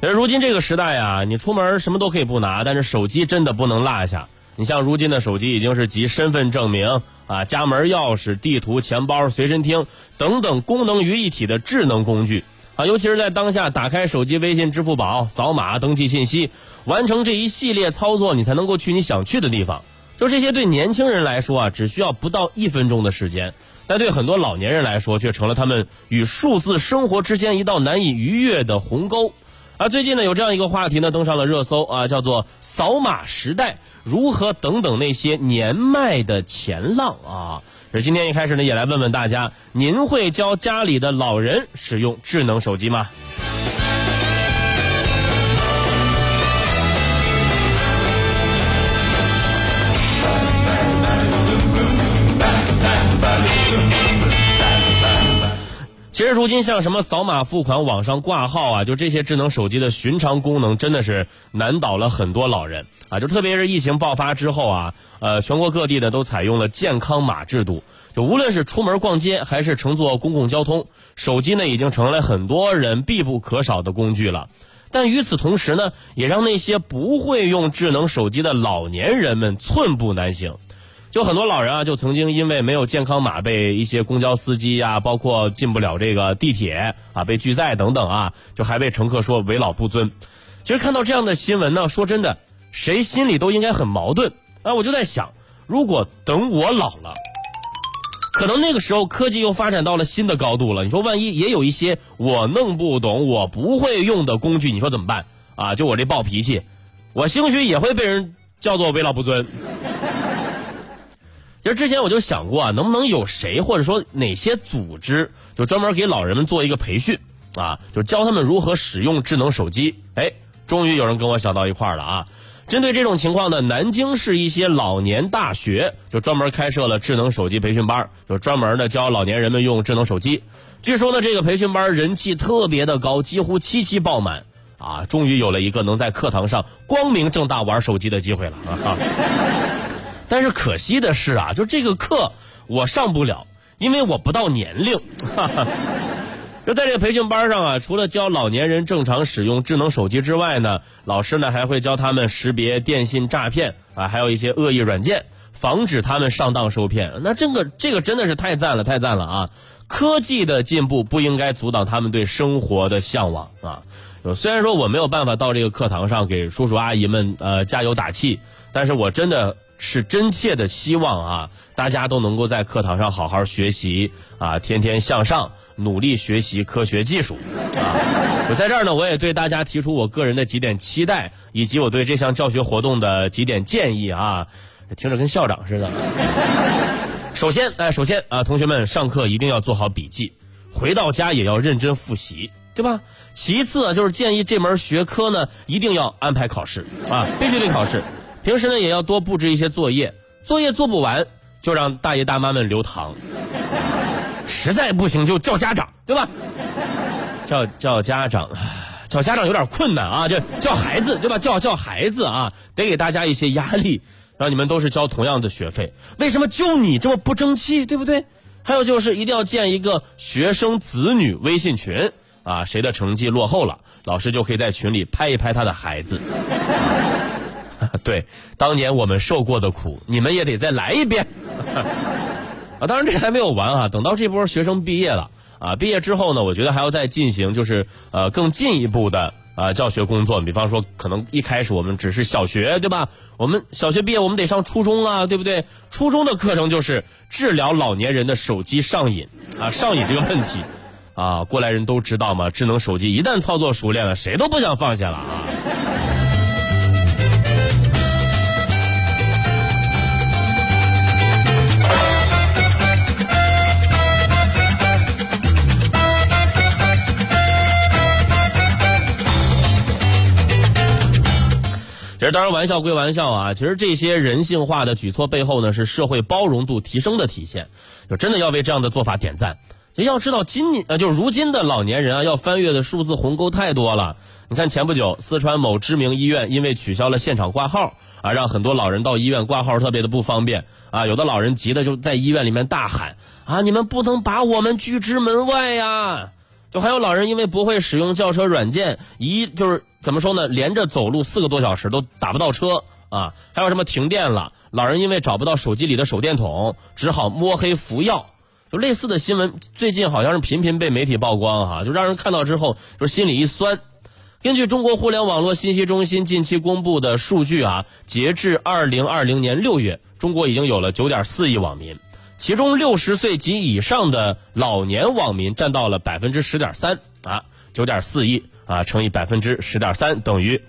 其实如今这个时代啊，你出门什么都可以不拿，但是手机真的不能落下。你像如今的手机已经是集身份证明啊、家门钥匙、地图、钱包、随身听等等功能于一体的智能工具啊，尤其是在当下，打开手机微信、支付宝，扫码登记信息，完成这一系列操作，你才能够去你想去的地方。就这些对年轻人来说啊，只需要不到1分钟的时间，但对很多老年人来说，却成了他们与数字生活之间一道难以逾越的鸿沟。而最近呢，有这样一个话题呢登上了热搜啊，叫做扫码时代如何等等那些年迈的前浪啊。而今天一开始呢，也来问问大家，您会教家里的老人使用智能手机吗？其实如今像什么扫码付款、网上挂号啊，就这些智能手机的寻常功能真的是难倒了很多老人啊！就特别是疫情爆发之后啊，全国各地呢都采用了健康码制度，就无论是出门逛街还是乘坐公共交通，手机呢已经成了很多人必不可少的工具了。但与此同时呢，也让那些不会用智能手机的老年人们寸步难行。就很多老人啊，就曾经因为没有健康码被一些公交司机啊，包括进不了这个地铁啊，被拒载等等啊，就还被乘客说为老不尊。其实看到这样的新闻呢，说真的，谁心里都应该很矛盾啊。我就在想，如果等我老了，可能那个时候科技又发展到了新的高度了，你说万一也有一些我弄不懂、我不会用的工具，你说怎么办啊？就我这暴脾气，我兴许也会被人叫做为老不尊。其实之前我就想过啊，能不能有谁或者说哪些组织就专门给老人们做一个培训啊，就教他们如何使用智能手机。终于有人跟我想到一块儿了啊！针对这种情况呢，南京市一些老年大学就专门开设了智能手机培训班，就专门的教老年人们用智能手机。据说呢，这个培训班人气特别的高，几乎7期爆满啊！终于有了一个能在课堂上光明正大玩手机的机会了啊！但是可惜的是啊，就这个课我上不了，因为我不到年龄。就在这个培训班上啊，除了教老年人正常使用智能手机之外呢，老师呢还会教他们识别电信诈骗啊，还有一些恶意软件，防止他们上当受骗。那这个真的是太赞了啊！科技的进步不应该阻挡他们对生活的向往啊。虽然说我没有办法到这个课堂上给叔叔阿姨们加油打气，但是我真的是真切的希望啊，大家都能够在课堂上好好学习啊，天天向上，努力学习科学技术啊！我在这儿呢，我也对大家提出我个人的几点期待，以及我对这项教学活动的几点建议啊，听着跟校长似的。首先啊，同学们上课一定要做好笔记，回到家也要认真复习，对吧？其次啊，就是建议这门学科呢一定要安排考试啊，必须得考试。平时呢也要多布置一些作业做不完就让大爷大妈们留堂，实在不行就叫家长，对吧？叫家长有点困难啊，就叫孩子，对吧？叫孩子啊，得给大家一些压力，让你们都是交同样的学费。为什么就你这么不争气，对不对？还有就是一定要建一个学生子女微信群啊，谁的成绩落后了，老师就可以在群里拍一拍他的孩子。对，当年我们受过的苦，你们也得再来一遍。啊，当然这还没有完啊，等到这波学生毕业了啊，毕业之后呢，我觉得还要再进行就是更进一步的教学工作。比方说，可能一开始我们只是小学，对吧？我们小学毕业，我们得上初中啊，对不对？初中的课程就是治疗老年人的手机上瘾啊，上瘾这个问题啊，过来人都知道嘛，智能手机一旦操作熟练了，谁都不想放下了啊。其实当然玩笑归玩笑啊，其实这些人性化的举措背后呢，是社会包容度提升的体现，就真的要为这样的做法点赞。就要知道就是如今的老年人啊，要翻越的数字鸿沟太多了。你看前不久四川某知名医院因为取消了现场挂号啊，让很多老人到医院挂号特别的不方便啊，有的老人急的就在医院里面大喊啊，你们不能把我们拒之门外呀！ 就还有老人因为不会使用轿车软件，就是怎么说呢，连着走路4个多小时都打不到车啊。还有什么停电了，老人因为找不到手机里的手电筒，只好摸黑服药。就类似的新闻最近好像是频频被媒体曝光哈，就让人看到之后就是心里一酸。根据中国互联网络信息中心近期公布的数据啊，截至2020年6月，中国已经有了9.4亿网民，其中60岁及以上的老年网民占到了10.3%啊，9.4亿啊乘以10.3%等于，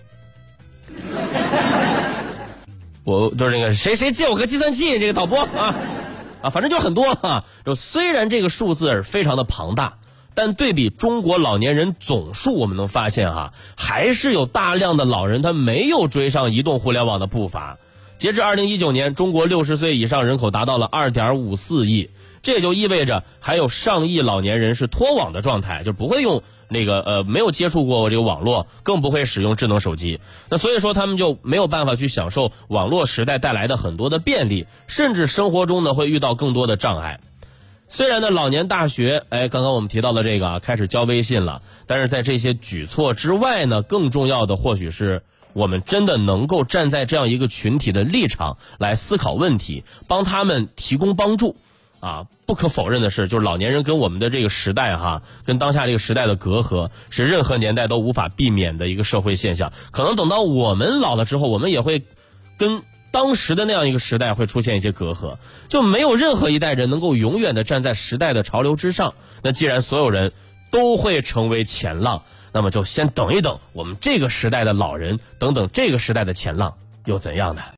我就是那个谁借我个计算器，这个导播啊，反正就很多啊。就虽然这个数字非常的庞大，但对比中国老年人总数，我们能发现还是有大量的老人他没有追上移动互联网的步伐。截至2019年，中国60岁以上人口达到了2.54亿，这也就意味着还有上亿老年人是脱网的状态，就不会用没有接触过这个网络，更不会使用智能手机。那所以说他们就没有办法去享受网络时代带来的很多的便利，甚至生活中呢会遇到更多的障碍。虽然呢老年大学刚刚我们提到的这个开始教微信了，但是在这些举措之外呢，更重要的或许是我们真的能够站在这样一个群体的立场来思考问题，帮他们提供帮助啊。不可否认的是，就是老年人跟我们的这个时代跟当下这个时代的隔阂是任何年代都无法避免的一个社会现象。可能等到我们老了之后，我们也会跟当时的那样一个时代会出现一些隔阂，就没有任何一代人能够永远的站在时代的潮流之上。那既然所有人都会成为前浪，那么就先等一等我们这个时代的老人，等等这个时代的前浪又怎样呢？